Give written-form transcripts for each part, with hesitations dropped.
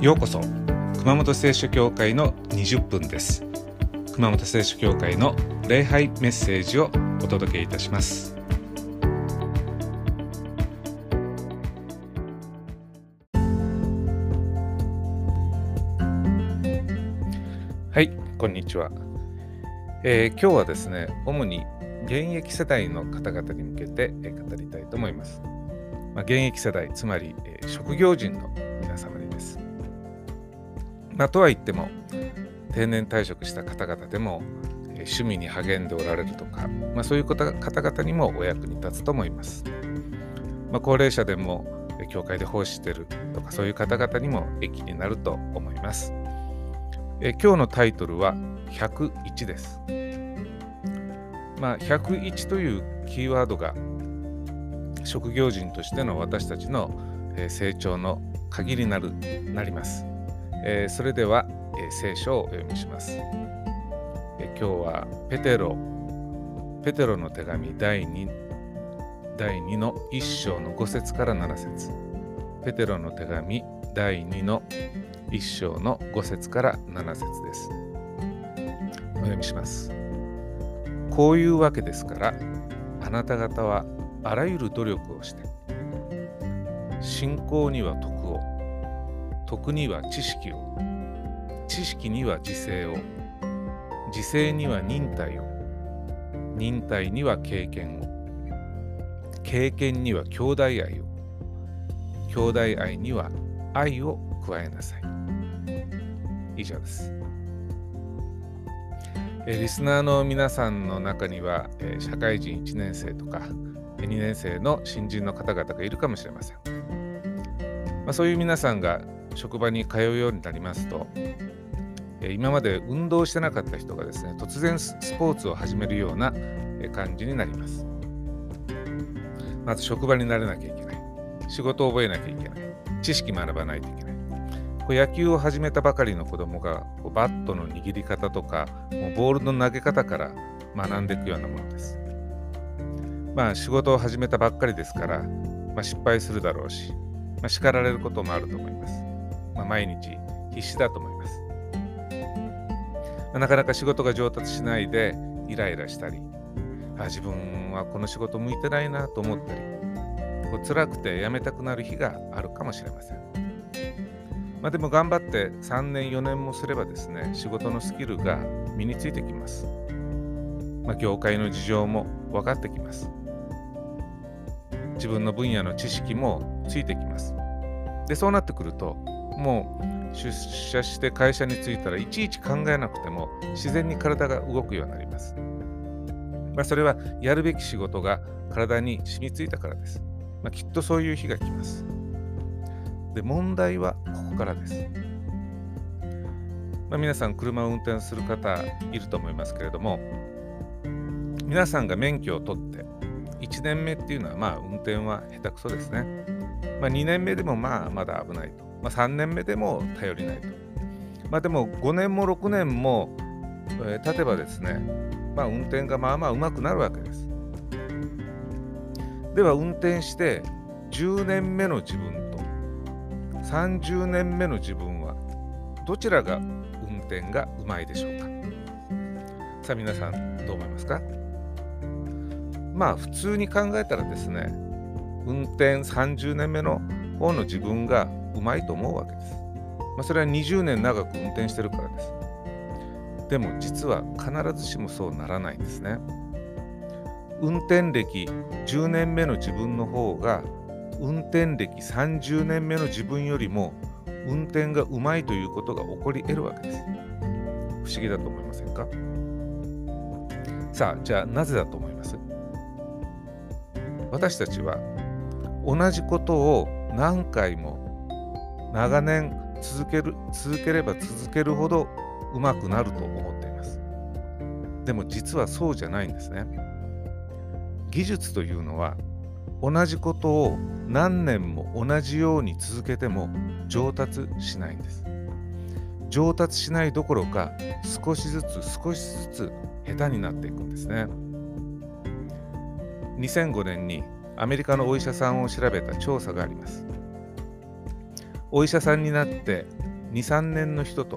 ようこそ熊本聖書教会の20分です。熊本聖書教会の礼拝メッセージをお届けいたします。はい、こんにちは。今日はですね、主に現役世代の方々に向けて語りたいと思います。現役世代、つまり職業人の皆様にです。とは言っても定年退職した方々でも趣味に励んでおられるとか、そういう方々にもお役に立つと思います。高齢者でも教会で奉仕しているとか、そういう方々にも益になると思います。今日のタイトルは101です。101というキーワードが職業人としての私たちの成長の鍵になります。それでは聖書をお読みします。今日はペテロの手紙第2の1章の5節から7節。ペテロの手紙第2の1章の5節から7節です。お読みします。こういうわけですから、あなた方はあらゆる努力をして、信仰には徳を、徳には知識を、知識には自制を、自制には忍耐を、忍耐には経験を、経験には兄弟愛を、兄弟愛には愛を加えなさい。以上です。リスナーの皆さんの中には社会人1年生とか2年生の新人の方々がいるかもしれません。そういう皆さんが職場に通うようになりますと、今まで運動してなかった人がですね、突然スポーツを始めるような感じになります。まず職場に慣れなきゃいけない。仕事を覚えなきゃいけない。知識学ばないといけない。野球を始めたばかりの子供がバットの握り方とかボールの投げ方から学んでいくようなものです。仕事を始めたばっかりですから、失敗するだろうし、叱られることもあると思います。毎日必死だと思います。なかなか仕事が上達しないでイライラしたり、自分はこの仕事向いてないなと思ったり、辛くて辞めたくなる日があるかもしれません。でも頑張って3年4年もすればですね、仕事のスキルが身についてきます。業界の事情も分かってきます。自分の分野の知識もついてきます。で、そうなってくると、もう出社して会社に着いたらいちいち考えなくても自然に体が動くようになります。それはやるべき仕事が体に染みついたからです。きっとそういう日が来ます。で、問題はここからです。皆さん車を運転する方いると思いますけれども、皆さんが免許を取って1年目っていうのは運転は下手くそですね。2年目でもまだ危ないと。3年目でも頼りないと。でも5年も6年も、経てばですね、運転が上手くなるわけです。では運転して10年目の自分と30年目の自分はどちらが運転がうまいでしょうか。さあ皆さんどう思いますか。普通に考えたらですね、運転30年目の方の自分がうまいと思うわけです。それは20年長く運転してるからです。でも実は必ずしもそうならないんですね。運転歴10年目の自分の方が運転歴30年目の自分よりも運転がうまいということが起こり得るわけです。不思議だと思いませんか。さあ、じゃあなぜだと思います？私たちは同じことを何回も長年続ければ続けるほどうまくなると思っています。でも実はそうじゃないんですね。技術というのは同じことを何年も同じように続けても上達しないんです。上達しないどころか少しずつ下手になっていくんですね。2005年にアメリカのお医者さんを調べた調査があります。お医者さんになって 2、3年の人と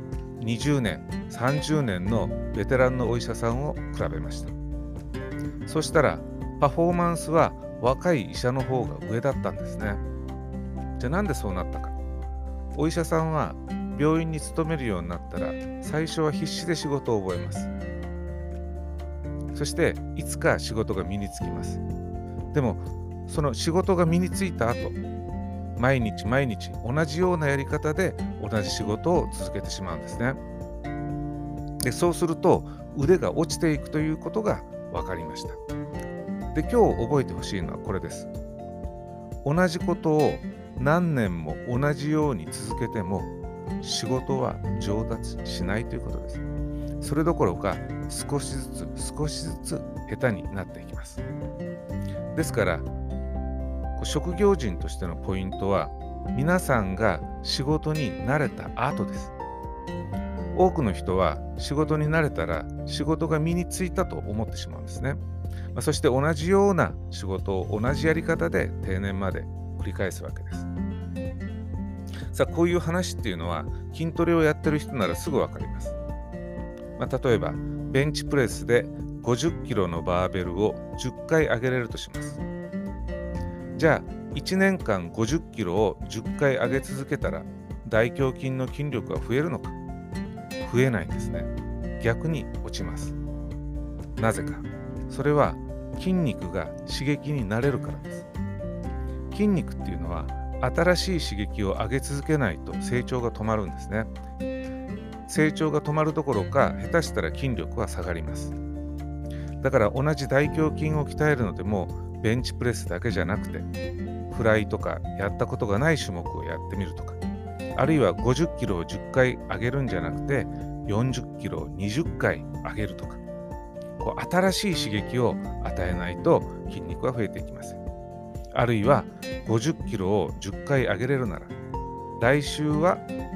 20年、30年のベテランのお医者さんを比べました。そしたらパフォーマンスは若い医者の方が上だったんですね。じゃあなんでそうなったか。お医者さんは病院に勤めるようになったら最初は必死で仕事を覚えます。そしていつか仕事が身につきます。でもその仕事が身についた後、毎日毎日同じようなやり方で同じ仕事を続けてしまうんですね。で、そうすると腕が落ちていくということが分かりました。で、今日覚えてほしいのはこれです。同じことを何年も同じように続けても仕事は上達しないということです。それどころか少しずつ少しずつ下手になっていきます。ですから職業人としてのポイントは皆さんが仕事に慣れた後です。多くの人は仕事に慣れたら仕事が身についたと思ってしまうんですね。そして同じような仕事を同じやり方で定年まで繰り返すわけです。さあ、こういう話っていうのは筋トレをやってる人ならすぐわかります。例えばベンチプレスで50キロのバーベルを10回上げれるとします。じゃあ1年間50キロを10回上げ続けたら大胸筋の筋力は増えるのか？増えないんですね。逆に落ちます。なぜか。それは筋肉が刺激になれるからです。筋肉っていうのは新しい刺激を上げ続けないと成長が止まるんですね。成長が止まるどころか下手したら筋力は下がります。だから同じ大胸筋を鍛えるのでもベンチプレスだけじゃなくてフライとかやったことがない種目をやってみるとか、あるいは50キロを10回上げるんじゃなくて40キロを20回上げるとか、新しい刺激を与えないと筋肉は増えていきません。あるいは50キロを10回上げれるなら来週は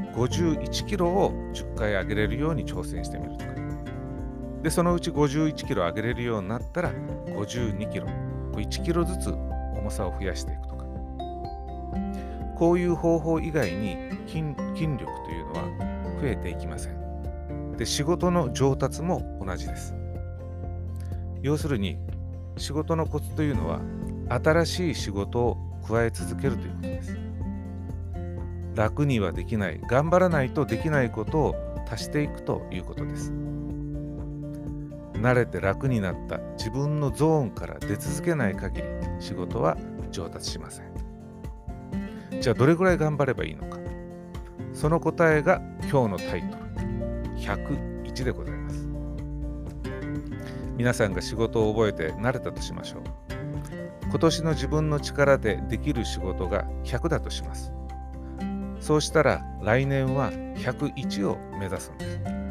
51キロを10回上げれるように挑戦してみるとか、でそのうち51キロ上げれるようになったら52キロ、1キロずつ重さを増やしていくとか、こういう方法以外に筋力というのは増えていきません。で、仕事の上達も同じです。要するに仕事のコツというのは新しい仕事を加え続けるということです。楽にはできない、頑張らないとできないことを足していくということです。慣れて楽になった自分のゾーンから出続けない限り仕事は上達しません。じゃあどれぐらい頑張ればいいのか。その答えが今日のタイトル101でございます。皆さんが仕事を覚えて慣れたとしましょう。今年の自分の力でできる仕事が100だとします。そうしたら来年は101を目指すんです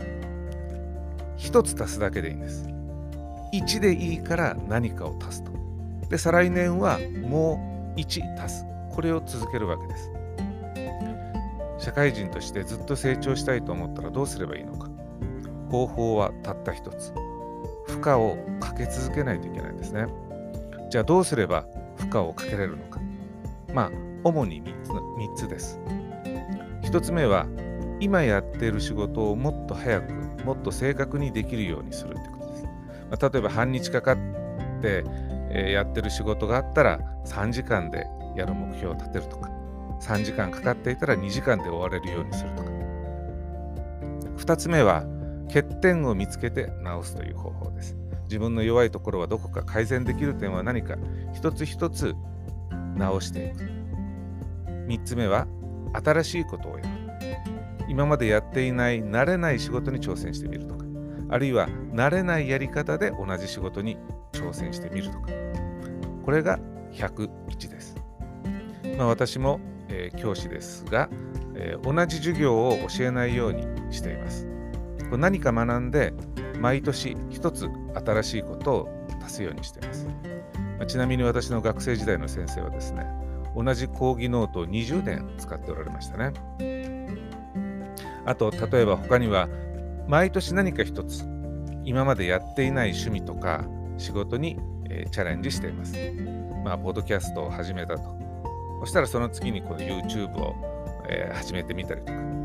。1つ足すだけでいいんです。1でいいから何かを足すと。で、再来年はもう1足す。これを続けるわけです。社会人としてずっと成長したいと思ったらどうすればいいのか。方法はたった一つ。負荷をかけ続けないといけないんですね。じゃあどうすれば負荷をかけれるのか。主に3つです。1つ目は今やっている仕事をもっと早くもっと正確にできるようにするということです。例えば半日かかってやってる仕事があったら3時間でやる目標を立てるとか、3時間かかっていたら2時間で終われるようにするとか。2つ目は欠点を見つけて直すという方法です。自分の弱いところはどこか、改善できる点は何か、一つ一つ直していく。3つ目は新しいことをやる。今までやっていない慣れない仕事に挑戦してみるとか、あるいは慣れないやり方で同じ仕事に挑戦してみるとか。これが101です。私も、教師ですが、同じ授業を教えないようにしています。何か学んで毎年一つ新しいことを足すようにしています。ちなみに私の学生時代の先生はですね、同じ講義ノートを20年使っておられましたね。あと例えば他には毎年何か一つ今までやっていない趣味とか仕事に、チャレンジしています。ポッドキャストを始めたと。そしたらその次にこの YouTube を、始めてみたりとか。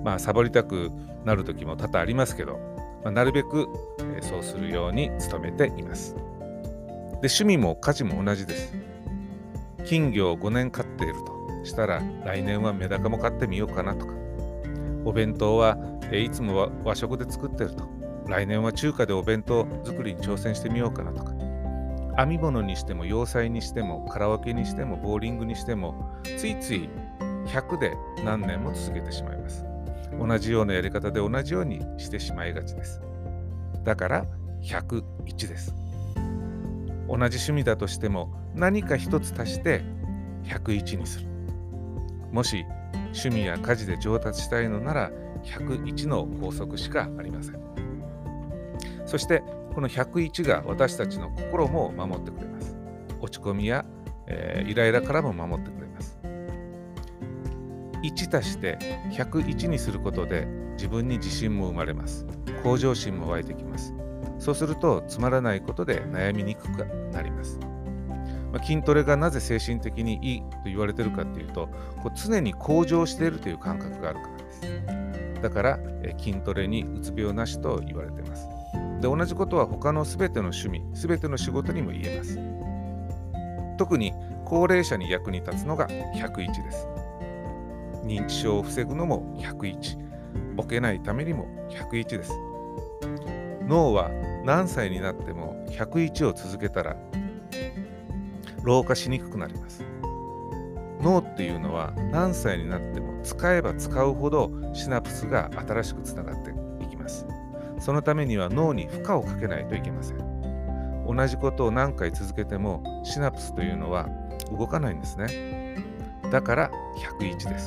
サボりたくなる時も多々ありますけど、なるべくそうするように努めています。で、趣味も家事も同じです。金魚を5年飼っているとしたら、来年はメダカも飼ってみようかなとか、お弁当はいつもは和食で作ってると、来年は中華でお弁当作りに挑戦してみようかなとか、編み物にしても洋裁にしてもカラオケにしてもボーリングにしても、ついつい100で何年も続けてしまいます。同じようなやり方で同じようにしてしまいがちです。だから101です。同じ趣味だとしても何か一つ足して101にする。もし趣味や家事で上達したいのなら101の法則しかありません。そしてこの101が私たちの心も守ってくれます。落ち込みや、イライラからも守ってくれます。1足して101にすることで自分に自信も生まれます。向上心も湧いてきます。そうするとつまらないことで悩みにくくなります。筋トレがなぜ精神的にいいと言われているかというと、常に向上しているという感覚があるからです。だから筋トレにうつ病なしと言われています。で、同じことは他のすべての趣味、すべての仕事にも言えます。特に高齢者に役に立つのが101です。認知症を防ぐのも101、ボケないためにも101です。脳は何歳になっても101を続けたら老化しにくくなります。脳っていうのは何歳になっても使えば使うほどシナプスが新しくつながっていきます。そのためには脳に負荷をかけないといけません。同じことを何回続けてもシナプスというのは動かないんですね。だから101です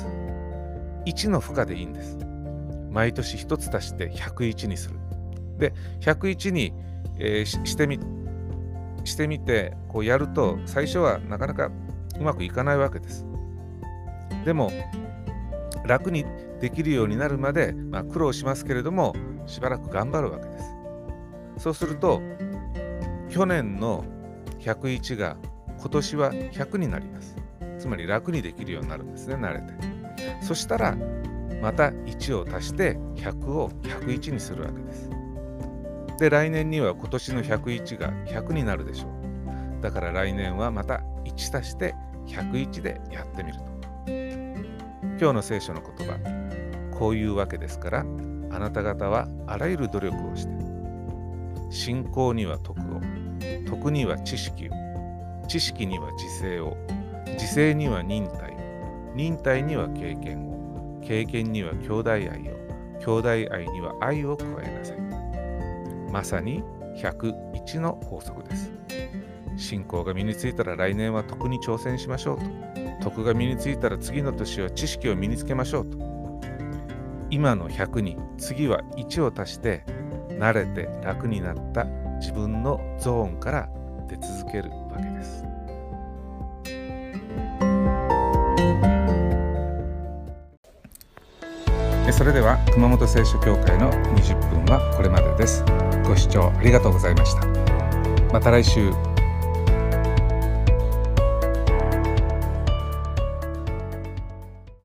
。1の負荷でいいんです。毎年1つ足して101にする。で、101に、してみてやると最初はなかなかうまくいかないわけです。でも楽にできるようになるまで、苦労しますけれどもしばらく頑張るわけです。そうすると去年の101が今年は100になります。つまり楽にできるようになるんですね、慣れて。そしたらまた1を足して100を101にするわけです。で、来年には今年の101が100になるでしょう。だから来年はまた1足して101でやってみると。今日の聖書の言葉、こういうわけですから、あなた方はあらゆる努力をして、信仰には徳を、徳には知識を、知識には自制を、自制には忍耐を、忍耐には経験を、経験には兄弟愛を、兄弟愛には愛を加えなさい。まさに101の法則です。信仰が身についたら来年は徳に挑戦しましょうと。徳が身についたら次の年は知識を身につけましょうと。今の100に次は1を足して慣れて楽になった自分のゾーンから出続けるわけです。それでは熊本聖書教会の20分はこれまでです。ご視聴ありがとうございました。また来週。